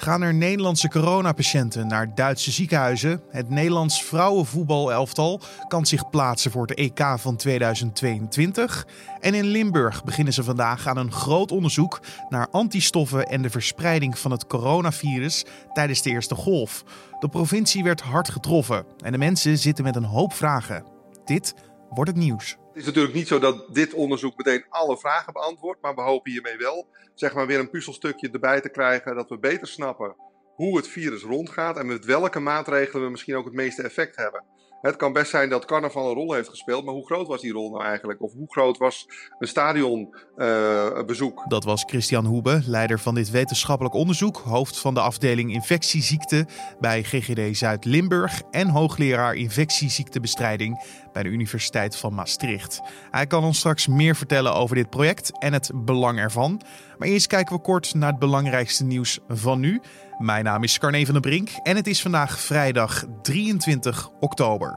Gaan er Nederlandse coronapatiënten naar Duitse ziekenhuizen? Het Nederlands vrouwenvoetbalelftal kan zich plaatsen voor het EK van 2022. En in Limburg beginnen ze vandaag aan een groot onderzoek naar antistoffen en de verspreiding van het coronavirus tijdens de eerste golf. De provincie werd hard getroffen en de mensen zitten met een hoop vragen. Dit wordt het nieuws. Het is natuurlijk niet zo dat dit onderzoek meteen alle vragen beantwoordt, maar we hopen hiermee wel weer een puzzelstukje erbij te krijgen dat we beter snappen hoe het virus rondgaat en met welke maatregelen we misschien ook het meeste effect hebben. Het kan best zijn dat carnaval een rol heeft gespeeld, maar hoe groot was die rol nou eigenlijk? Of hoe groot was een stadionbezoek? Dat was Christian Hoebe, leider van dit wetenschappelijk onderzoek, hoofd van de afdeling infectieziekten bij GGD Zuid-Limburg en hoogleraar infectieziektebestrijding bij de Universiteit van Maastricht. Hij kan ons straks meer vertellen over dit project en het belang ervan. Maar eerst kijken we kort naar het belangrijkste nieuws van nu. Mijn naam is Carne van der Brink en het is vandaag vrijdag 23 oktober.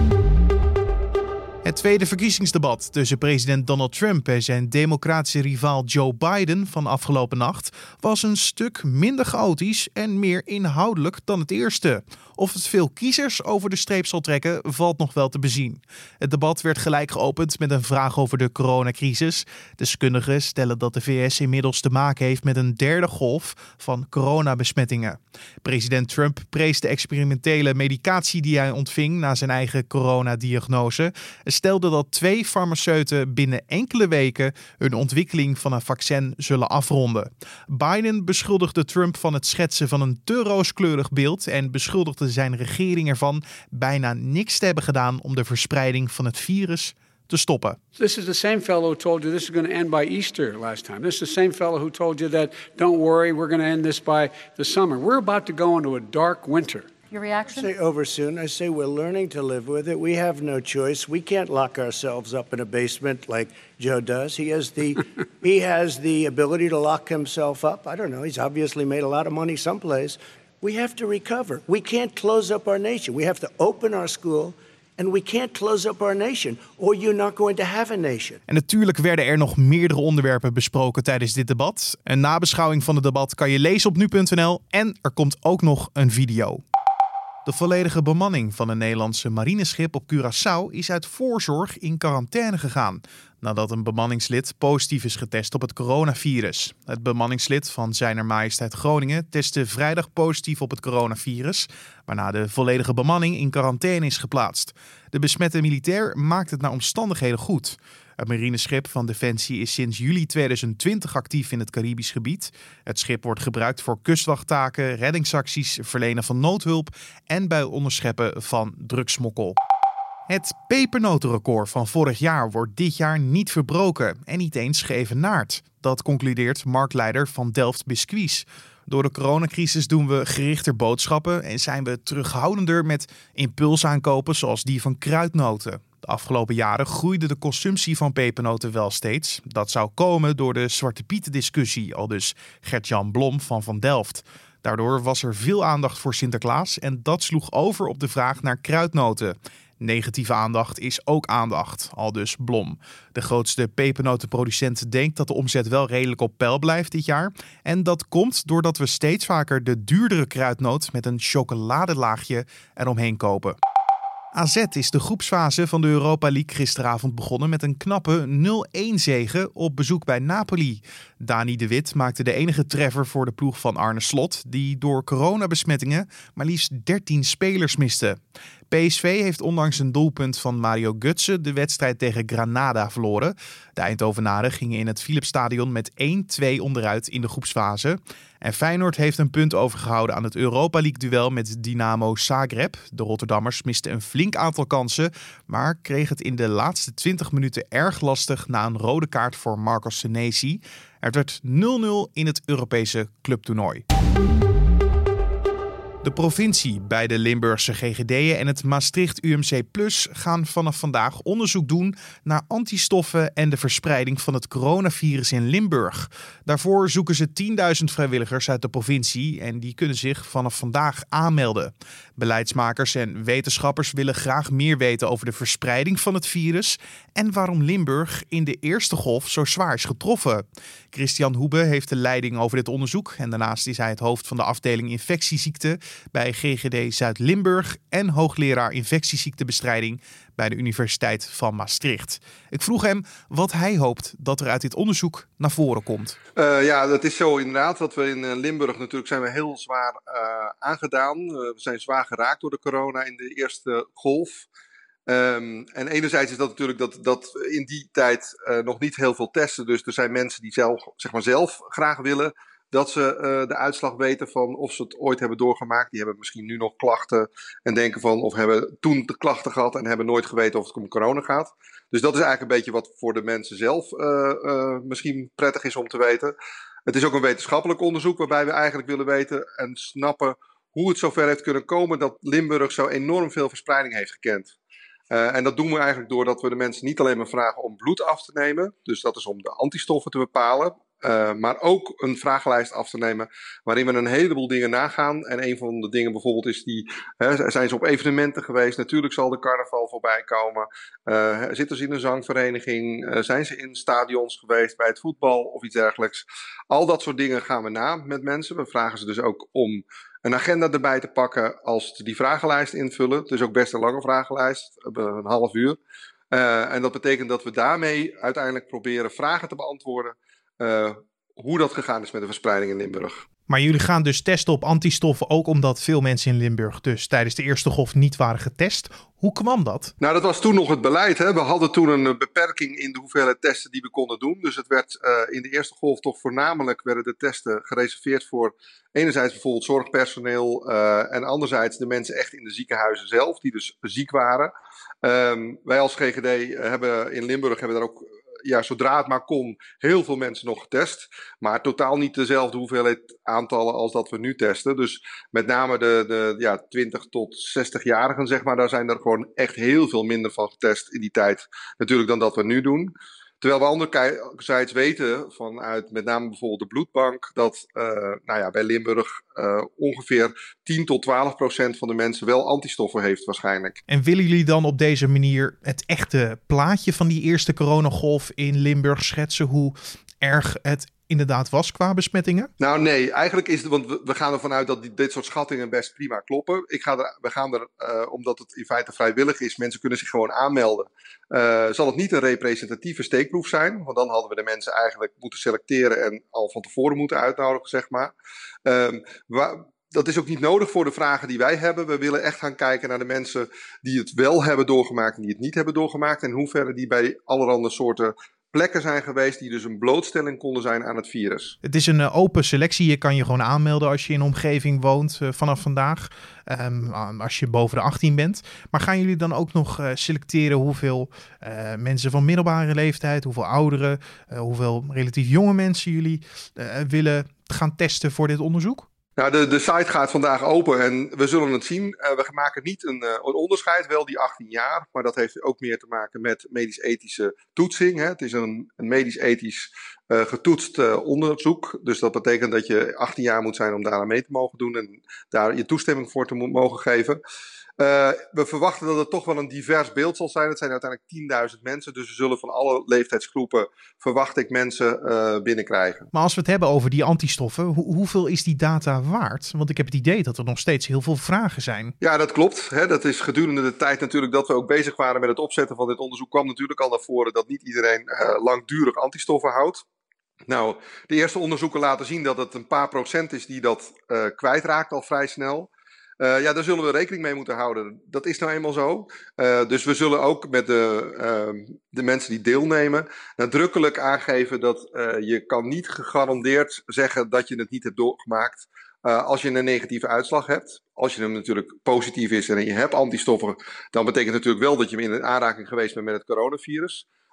Het tweede verkiezingsdebat tussen president Donald Trump en zijn democratische rivaal Joe Biden van afgelopen nacht was een stuk minder chaotisch en meer inhoudelijk dan het eerste. Of het veel kiezers over de streep zal trekken, valt nog wel te bezien. Het debat werd gelijk geopend met een vraag over de coronacrisis. Deskundigen stellen dat de VS inmiddels te maken heeft met een derde golf van coronabesmettingen. President Trump prees de experimentele medicatie die hij ontving na zijn eigen coronadiagnose en stelde dat 2 farmaceuten binnen enkele weken hun ontwikkeling van een vaccin zullen afronden. Biden beschuldigde Trump van het schetsen van een te rooskleurig beeld en beschuldigde zijn regering ervan bijna niks te hebben gedaan om de verspreiding van het virus te stoppen. This is the same fellow who told you this is going to end by Easter last time. This is the same fellow who told you that, don't worry, we're going to end this by the summer. We're about to go into a dark winter. Your reaction? I say over soon. I say we're learning to live with it. We have no choice. We can't lock ourselves up in a basement like Joe does. He has the ability to lock himself up. I don't know. He's obviously made a lot of money someplace. We have to recover. We can't close up our nation. We have to open our school. And we can't close up our nation, or you're not going to have a nation. En natuurlijk werden er nog meerdere onderwerpen besproken tijdens dit debat. Een nabeschouwing van het debat kan je lezen op nu.nl en er komt ook nog een video. De volledige bemanning van een Nederlandse marineschip op Curaçao is uit voorzorg in quarantaine gegaan nadat een bemanningslid positief is getest op het coronavirus. Het bemanningslid van Zijner Majesteit Groningen testte vrijdag positief op het coronavirus, waarna de volledige bemanning in quarantaine is geplaatst. De besmette militair maakt het naar omstandigheden goed. Het marineschip van Defensie is sinds juli 2020 actief in het Caribisch gebied. Het schip wordt gebruikt voor kustwachttaken, reddingsacties, verlenen van noodhulp en bij onderscheppen van drugsmokkel. Het pepernotenrecord van vorig jaar wordt dit jaar niet verbroken en niet eens geëvenaard. Dat concludeert marktleider Van Delft Biscuits. Door de coronacrisis doen we gerichter boodschappen en zijn we terughoudender met impulsaankopen zoals die van kruidnoten. De afgelopen jaren groeide de consumptie van pepernoten wel steeds. Dat zou komen door de Zwarte Piet discussie, aldus Gert-Jan Blom van Delft. Daardoor was er veel aandacht voor Sinterklaas en dat sloeg over op de vraag naar kruidnoten. Negatieve aandacht is ook aandacht, aldus Blom. De grootste pepernotenproducent denkt dat de omzet wel redelijk op peil blijft dit jaar. En dat komt doordat we steeds vaker de duurdere kruidnoot met een chocoladelaagje eromheen kopen. AZ is de groepsfase van de Europa League gisteravond begonnen met een knappe 0-1 zege op bezoek bij Napoli. Dani de Wit maakte de enige treffer voor de ploeg van Arne Slot, die door coronabesmettingen maar liefst 13 spelers miste. PSV heeft ondanks een doelpunt van Mario Götze de wedstrijd tegen Granada verloren. De Eindhovenaren gingen in het Philipsstadion met 1-2 onderuit in de groepsfase. En Feyenoord heeft een punt overgehouden aan het Europa League-duel met Dynamo Zagreb. De Rotterdammers misten een flink aantal kansen, maar kregen het in de laatste 20 minuten erg lastig na een rode kaart voor Marcos Senesi. Het werd 0-0 in het Europese clubtoernooi. De provincie, beide Limburgse GGD'en en het Maastricht UMC Plus gaan vanaf vandaag onderzoek doen naar antistoffen en de verspreiding van het coronavirus in Limburg. Daarvoor zoeken ze 10.000 vrijwilligers uit de provincie en die kunnen zich vanaf vandaag aanmelden. Beleidsmakers en wetenschappers willen graag meer weten over de verspreiding van het virus en waarom Limburg in de eerste golf zo zwaar is getroffen. Christian Hoebe heeft de leiding over dit onderzoek en daarnaast is hij het hoofd van de afdeling infectieziekten bij GGD Zuid-Limburg en hoogleraar infectieziektebestrijding bij de Universiteit van Maastricht. Ik vroeg hem wat hij hoopt dat er uit dit onderzoek naar voren komt. Ja, dat is zo inderdaad. Dat we in Limburg natuurlijk zijn we heel zwaar aangedaan. We zijn zwaar geraakt door de corona in de eerste golf. En enerzijds is dat natuurlijk dat in die tijd nog niet heel veel testen. Dus er zijn mensen die zelf graag willen dat ze de uitslag weten van of ze het ooit hebben doorgemaakt. Die hebben misschien nu nog klachten en denken van of hebben toen de klachten gehad en hebben nooit geweten of het om corona gaat. Dus dat is eigenlijk een beetje wat voor de mensen zelf misschien prettig is om te weten. Het is ook een wetenschappelijk onderzoek waarbij we eigenlijk willen weten en snappen hoe het zover heeft kunnen komen dat Limburg zo enorm veel verspreiding heeft gekend. En dat doen we eigenlijk doordat we de mensen niet alleen maar vragen om bloed af te nemen. Dus dat is om de antistoffen te bepalen. Maar ook een vragenlijst af te nemen waarin we een heleboel dingen nagaan. En een van de dingen bijvoorbeeld is zijn ze op evenementen geweest? Natuurlijk zal de carnaval voorbij komen. Zitten ze in een zangvereniging? Zijn ze in stadions geweest bij het voetbal of iets dergelijks? Al dat soort dingen gaan we na met mensen. We vragen ze dus ook om een agenda erbij te pakken als ze die vragenlijst invullen. Het is ook best een lange vragenlijst, een half uur. En dat betekent dat we daarmee uiteindelijk proberen vragen te beantwoorden hoe dat gegaan is met de verspreiding in Limburg. Maar jullie gaan dus testen op antistoffen, ook omdat veel mensen in Limburg dus tijdens de eerste golf niet waren getest. Hoe kwam dat? Nou, dat was toen nog het beleid. Hè? We hadden toen een beperking in de hoeveelheid testen die we konden doen. Dus het werd in de eerste golf toch voornamelijk werden de testen gereserveerd voor enerzijds bijvoorbeeld zorgpersoneel en anderzijds de mensen echt in de ziekenhuizen zelf, die dus ziek waren. Wij als GGD hebben in Limburg daar ook zodra het maar kon, heel veel mensen nog getest. Maar totaal niet dezelfde hoeveelheid aantallen als dat we nu testen. Dus met name de 20 tot 60-jarigen, zeg maar, daar zijn er gewoon echt heel veel minder van getest in die tijd. Natuurlijk dan dat we nu doen. Terwijl we anderzijds weten vanuit met name bijvoorbeeld de bloedbank dat bij Limburg ongeveer 10 tot 12% van de mensen wel antistoffen heeft waarschijnlijk. En willen jullie dan op deze manier het echte plaatje van die eerste coronagolf in Limburg schetsen? Hoe erg het inderdaad was qua besmettingen? Nou nee, eigenlijk is het, want we gaan ervan uit dat dit soort schattingen best prima kloppen. We gaan er, omdat het in feite vrijwillig is, mensen kunnen zich gewoon aanmelden. Zal het niet een representatieve steekproef zijn, want dan hadden we de mensen eigenlijk moeten selecteren en al van tevoren moeten uitnodigen, zeg maar. Dat is ook niet nodig voor de vragen die wij hebben. We willen echt gaan kijken naar de mensen die het wel hebben doorgemaakt en die het niet hebben doorgemaakt. En hoe ver die bij allerhande soorten plekken zijn geweest die dus een blootstelling konden zijn aan het virus. Het is een open selectie. Je kan je gewoon aanmelden als je in een omgeving woont vanaf vandaag. Als je boven de 18 bent. Maar gaan jullie dan ook nog selecteren hoeveel mensen van middelbare leeftijd, hoeveel ouderen, hoeveel relatief jonge mensen jullie willen gaan testen voor dit onderzoek? Nou, de site gaat vandaag open en we zullen het zien. We maken niet een onderscheid, wel die 18 jaar, maar dat heeft ook meer te maken met medisch-ethische toetsing. Hè. Het is een medisch-ethisch getoetst onderzoek. Dus dat betekent dat je 18 jaar moet zijn om daaraan mee te mogen doen en daar je toestemming voor te mogen geven. We verwachten dat het toch wel een divers beeld zal zijn. Het zijn uiteindelijk 10.000 mensen, dus we zullen van alle leeftijdsgroepen, verwacht ik, mensen binnenkrijgen. Maar als we het hebben over die antistoffen, hoeveel is die data waard? Want ik heb het idee dat er nog steeds heel veel vragen zijn. Ja, dat klopt. Hè. Dat is gedurende de tijd natuurlijk dat we ook bezig waren met het opzetten van dit onderzoek, kwam natuurlijk al naar voren dat niet iedereen langdurig antistoffen houdt. Nou, de eerste onderzoeken laten zien dat het een paar procent is die dat kwijtraakt al vrij snel. Daar zullen we rekening mee moeten houden. Dat is nou eenmaal zo. Dus we zullen ook met de mensen die deelnemen nadrukkelijk aangeven dat je kan niet gegarandeerd zeggen dat je het niet hebt doorgemaakt als je een negatieve uitslag hebt. Als je hem natuurlijk positief is en je hebt antistoffen, dan betekent het natuurlijk wel dat je in aanraking geweest bent met het coronavirus.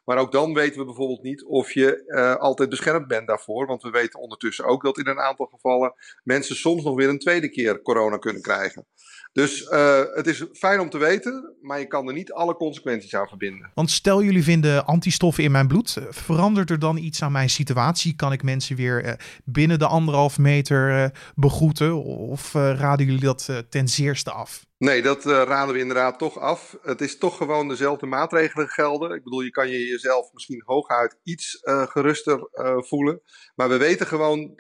Maar ook dan weten we bijvoorbeeld niet of je altijd beschermd bent daarvoor. Want we weten ondertussen ook dat in een aantal gevallen mensen soms nog weer een tweede keer corona kunnen krijgen. Dus het is fijn om te weten, maar je kan er niet alle consequenties aan verbinden. Want stel jullie vinden antistoffen in mijn bloed, verandert er dan iets aan mijn situatie? Kan ik mensen weer binnen de 1,5 meter begroeten? Of raden jullie dat ten zeerste af? Nee, dat raden we inderdaad toch af. Het is toch gewoon dezelfde maatregelen gelden. Ik bedoel, je kan jezelf misschien hooguit iets geruster voelen. Maar we weten gewoon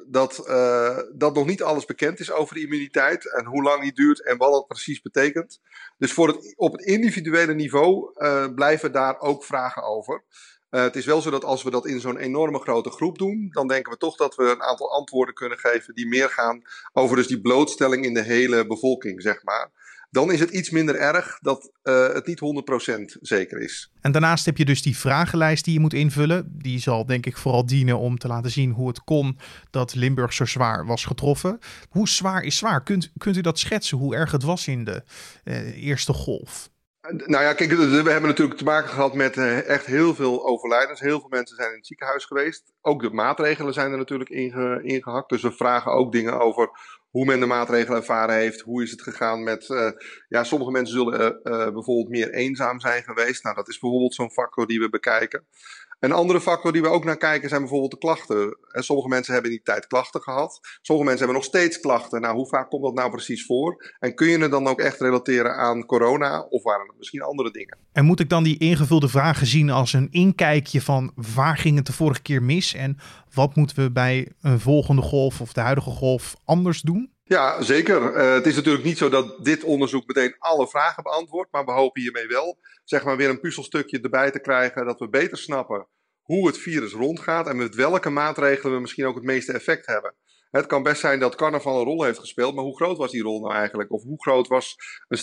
dat nog niet alles bekend is over de immuniteit. En hoe lang die duurt en wat dat precies betekent. Dus op het individuele niveau blijven daar ook vragen over. Het is wel zo dat als we dat in zo'n enorme grote groep doen, dan denken we toch dat we een aantal antwoorden kunnen geven die meer gaan over dus die blootstelling in de hele bevolking, zeg maar. Dan is het iets minder erg dat het niet 100% zeker is. En daarnaast heb je dus die vragenlijst die je moet invullen. Die zal denk ik vooral dienen om te laten zien hoe het kon dat Limburg zo zwaar was getroffen. Hoe zwaar is zwaar? Kunt u dat schetsen, hoe erg het was in de eerste golf? Nou ja, kijk, we hebben natuurlijk te maken gehad met echt heel veel overlijdens. Heel veel mensen zijn in het ziekenhuis geweest. Ook de maatregelen zijn er natuurlijk ingehakt. Dus we vragen ook dingen over hoe men de maatregelen ervaren heeft. Hoe is het gegaan met... sommige mensen zullen bijvoorbeeld meer eenzaam zijn geweest. Nou, dat is bijvoorbeeld zo'n factor die we bekijken. Een andere factor die we ook naar kijken zijn bijvoorbeeld de klachten. Sommige mensen hebben in die tijd klachten gehad. Sommige mensen hebben nog steeds klachten. Nou, hoe vaak komt dat nou precies voor? En kun je het dan ook echt relateren aan corona? Of waren het misschien andere dingen? En moet ik dan die ingevulde vragen zien als een inkijkje van waar ging het de vorige keer mis? En wat moeten we bij een volgende golf of de huidige golf anders doen? Ja, zeker. Het is natuurlijk niet zo dat dit onderzoek meteen alle vragen beantwoordt. Maar we hopen hiermee wel zeg maar weer een puzzelstukje erbij te krijgen. Dat we beter snappen hoe het virus rondgaat. En met welke maatregelen we misschien ook het meeste effect hebben. Het kan best zijn dat carnaval een rol heeft gespeeld. Maar hoe groot was die rol nou eigenlijk? Of hoe groot was een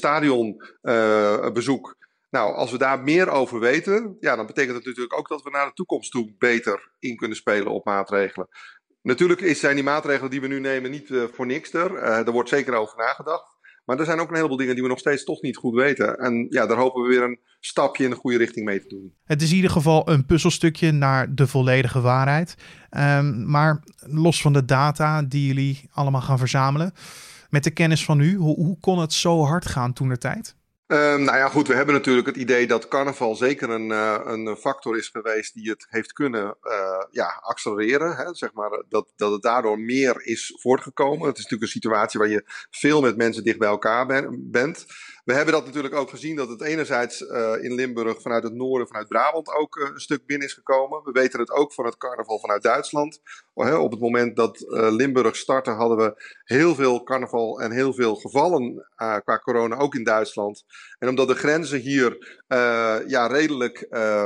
stadionbezoek? Nou, als we daar meer over weten. Ja, dan betekent het natuurlijk ook dat we naar de toekomst toe beter in kunnen spelen op maatregelen. Natuurlijk zijn die maatregelen die we nu nemen niet voor niks er. Er wordt zeker over nagedacht. Maar er zijn ook een heleboel dingen die we nog steeds toch niet goed weten. En ja, daar hopen we weer een stapje in de goede richting mee te doen. Het is in ieder geval een puzzelstukje naar de volledige waarheid. Maar los van de data die jullie allemaal gaan verzamelen. Met de kennis van u, hoe kon het zo hard gaan toentertijd? Nou ja, goed, we hebben natuurlijk het idee dat carnaval zeker een factor is geweest die het heeft kunnen accelereren. Hè? Zeg maar, dat het daardoor meer is voortgekomen. Het is natuurlijk een situatie waar je veel met mensen dicht bij elkaar bent. We hebben dat natuurlijk ook gezien dat het enerzijds in Limburg vanuit het noorden, vanuit Brabant ook een stuk binnen is gekomen. We weten het ook van het carnaval vanuit Duitsland. Op het moment dat Limburg startte hadden we heel veel carnaval en heel veel gevallen qua corona ook in Duitsland. En omdat de grenzen hier redelijk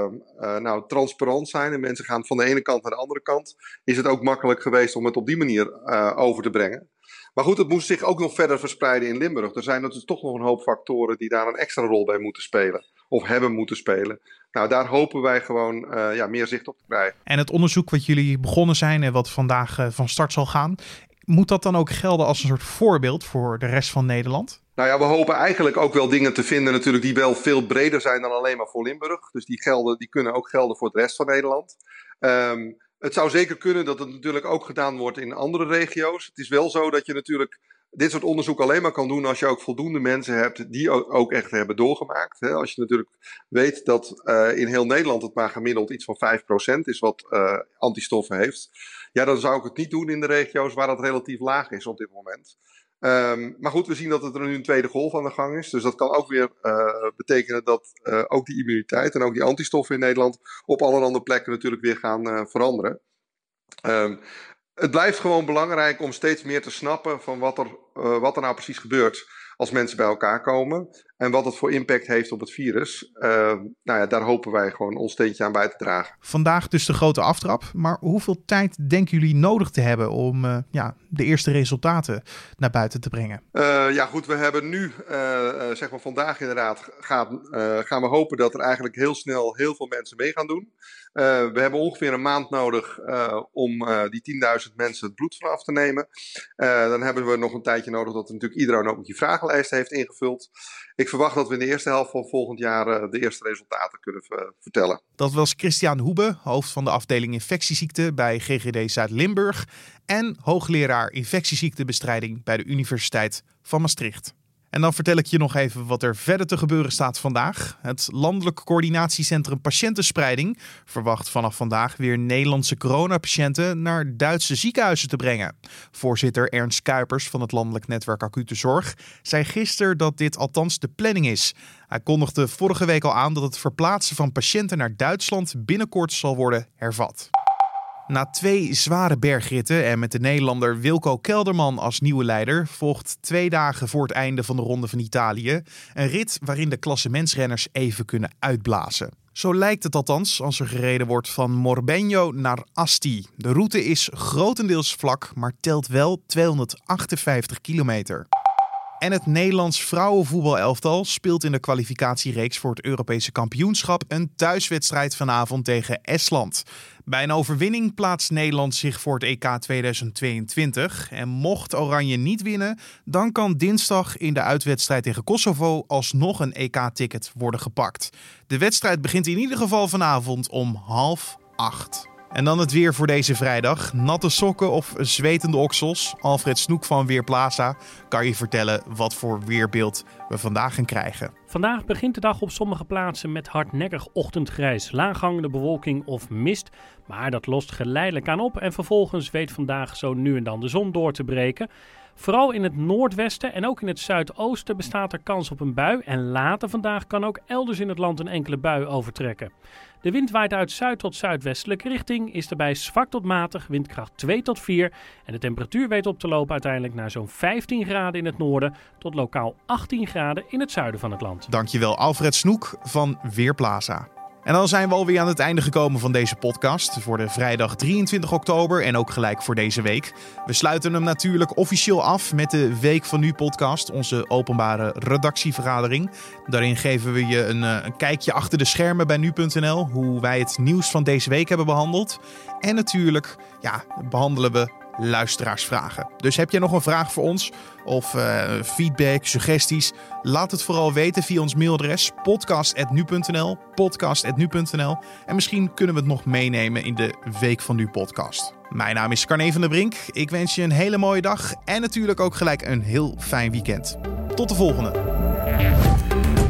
transparant zijn en mensen gaan van de ene kant naar de andere kant, is het ook makkelijk geweest om het op die manier over te brengen. Maar goed, het moest zich ook nog verder verspreiden in Limburg. Er zijn natuurlijk toch nog een hoop factoren die daar een extra rol bij moeten spelen. Of hebben moeten spelen. Nou, daar hopen wij gewoon meer zicht op te krijgen. En het onderzoek wat jullie begonnen zijn en wat vandaag van start zal gaan, moet dat dan ook gelden als een soort voorbeeld voor de rest van Nederland? Nou ja, we hopen eigenlijk ook wel dingen te vinden natuurlijk die wel veel breder zijn dan alleen maar voor Limburg. Dus die kunnen ook gelden voor de rest van Nederland. Het zou zeker kunnen dat het natuurlijk ook gedaan wordt in andere regio's. Het is wel zo dat je natuurlijk dit soort onderzoek alleen maar kan doen als je ook voldoende mensen hebt die ook echt hebben doorgemaakt. Als je natuurlijk weet dat in heel Nederland het maar gemiddeld iets van 5% is wat antistoffen heeft. Ja, dan zou ik het niet doen in de regio's waar dat relatief laag is op dit moment. Maar goed, we zien dat er nu een tweede golf aan de gang is. Dus dat kan ook weer betekenen dat ook die immuniteit en ook die antistoffen in Nederland op allerhande plekken natuurlijk weer gaan veranderen. Het blijft gewoon belangrijk om steeds meer te snappen van wat er nou precies gebeurt als mensen bij elkaar komen. En wat het voor impact heeft op het virus. Daar hopen wij gewoon ons steentje aan bij te dragen. Vandaag dus de grote aftrap. Maar hoeveel tijd denken jullie nodig te hebben om de eerste resultaten naar buiten te brengen? Goed, we hebben nu, vandaag inderdaad, gaan we hopen dat er eigenlijk heel snel heel veel mensen mee gaan doen. We hebben ongeveer een maand nodig om die 10.000 mensen het bloed vanaf te nemen. Dan hebben we nog een tijdje nodig dat natuurlijk iedereen ook die vragenlijst heeft ingevuld. ik verwacht dat we in de eerste helft van volgend jaar de eerste resultaten kunnen vertellen. Dat was Christian Hoebe, hoofd van de afdeling infectieziekten bij GGD Zuid-Limburg en hoogleraar infectieziektebestrijding bij de Universiteit van Maastricht. En dan vertel ik je nog even wat er verder te gebeuren staat vandaag. Het Landelijk Coördinatiecentrum Patiëntenspreiding verwacht vanaf vandaag weer Nederlandse coronapatiënten naar Duitse ziekenhuizen te brengen. Voorzitter Ernst Kuipers van het Landelijk Netwerk Acute Zorg zei gisteren dat dit althans de planning is. Hij kondigde vorige week al aan dat het verplaatsen van patiënten naar Duitsland binnenkort zal worden hervat. Na 2 zware bergritten en met de Nederlander Wilco Kelderman als nieuwe leider volgt 2 dagen voor het einde van de Ronde van Italië een rit waarin de klassementsrenners even kunnen uitblazen. Zo lijkt het althans als er gereden wordt van Morbegno naar Asti. De route is grotendeels vlak, maar telt wel 258 kilometer. En het Nederlands vrouwenvoetbalelftal speelt in de kwalificatiereeks voor het Europese kampioenschap een thuiswedstrijd vanavond tegen Estland. Bij een overwinning plaatst Nederland zich voor het EK 2022. En mocht Oranje niet winnen, dan kan dinsdag in de uitwedstrijd tegen Kosovo alsnog een EK-ticket worden gepakt. De wedstrijd begint in ieder geval vanavond om 7:30. En dan het weer voor deze vrijdag. Natte sokken of zwetende oksels. Alfred Snoek van Weerplaza kan je vertellen wat voor weerbeeld we vandaag gaan krijgen. Vandaag begint de dag op sommige plaatsen met hardnekkig ochtendgrijs, laaghangende bewolking of mist. Maar dat lost geleidelijk aan op en vervolgens weet vandaag zo nu en dan de zon door te breken. Vooral in het noordwesten en ook in het zuidoosten bestaat er kans op een bui. En later vandaag kan ook elders in het land een enkele bui overtrekken. De wind waait uit zuid tot zuidwestelijke richting, is daarbij zwak tot matig, windkracht 2 tot 4. En de temperatuur weet op te lopen uiteindelijk naar zo'n 15 graden in het noorden tot lokaal 18 graden in het zuiden van het land. Dankjewel Alfred Snoek van Weerplaza. En dan zijn we alweer aan het einde gekomen van deze podcast voor de vrijdag 23 oktober en ook gelijk voor deze week. We sluiten hem natuurlijk officieel af met de Week van Nu podcast, onze openbare redactievergadering. Daarin geven we je een kijkje achter de schermen bij nu.nl, hoe wij het nieuws van deze week hebben behandeld. En natuurlijk behandelen we luisteraarsvragen. Dus heb jij nog een vraag voor ons of feedback, suggesties? Laat het vooral weten via ons mailadres podcast@nu.nl. En misschien kunnen we het nog meenemen in de Week van Nu podcast. Mijn naam is Carne van der Brink. Ik wens je een hele mooie dag en natuurlijk ook gelijk een heel fijn weekend. Tot de volgende.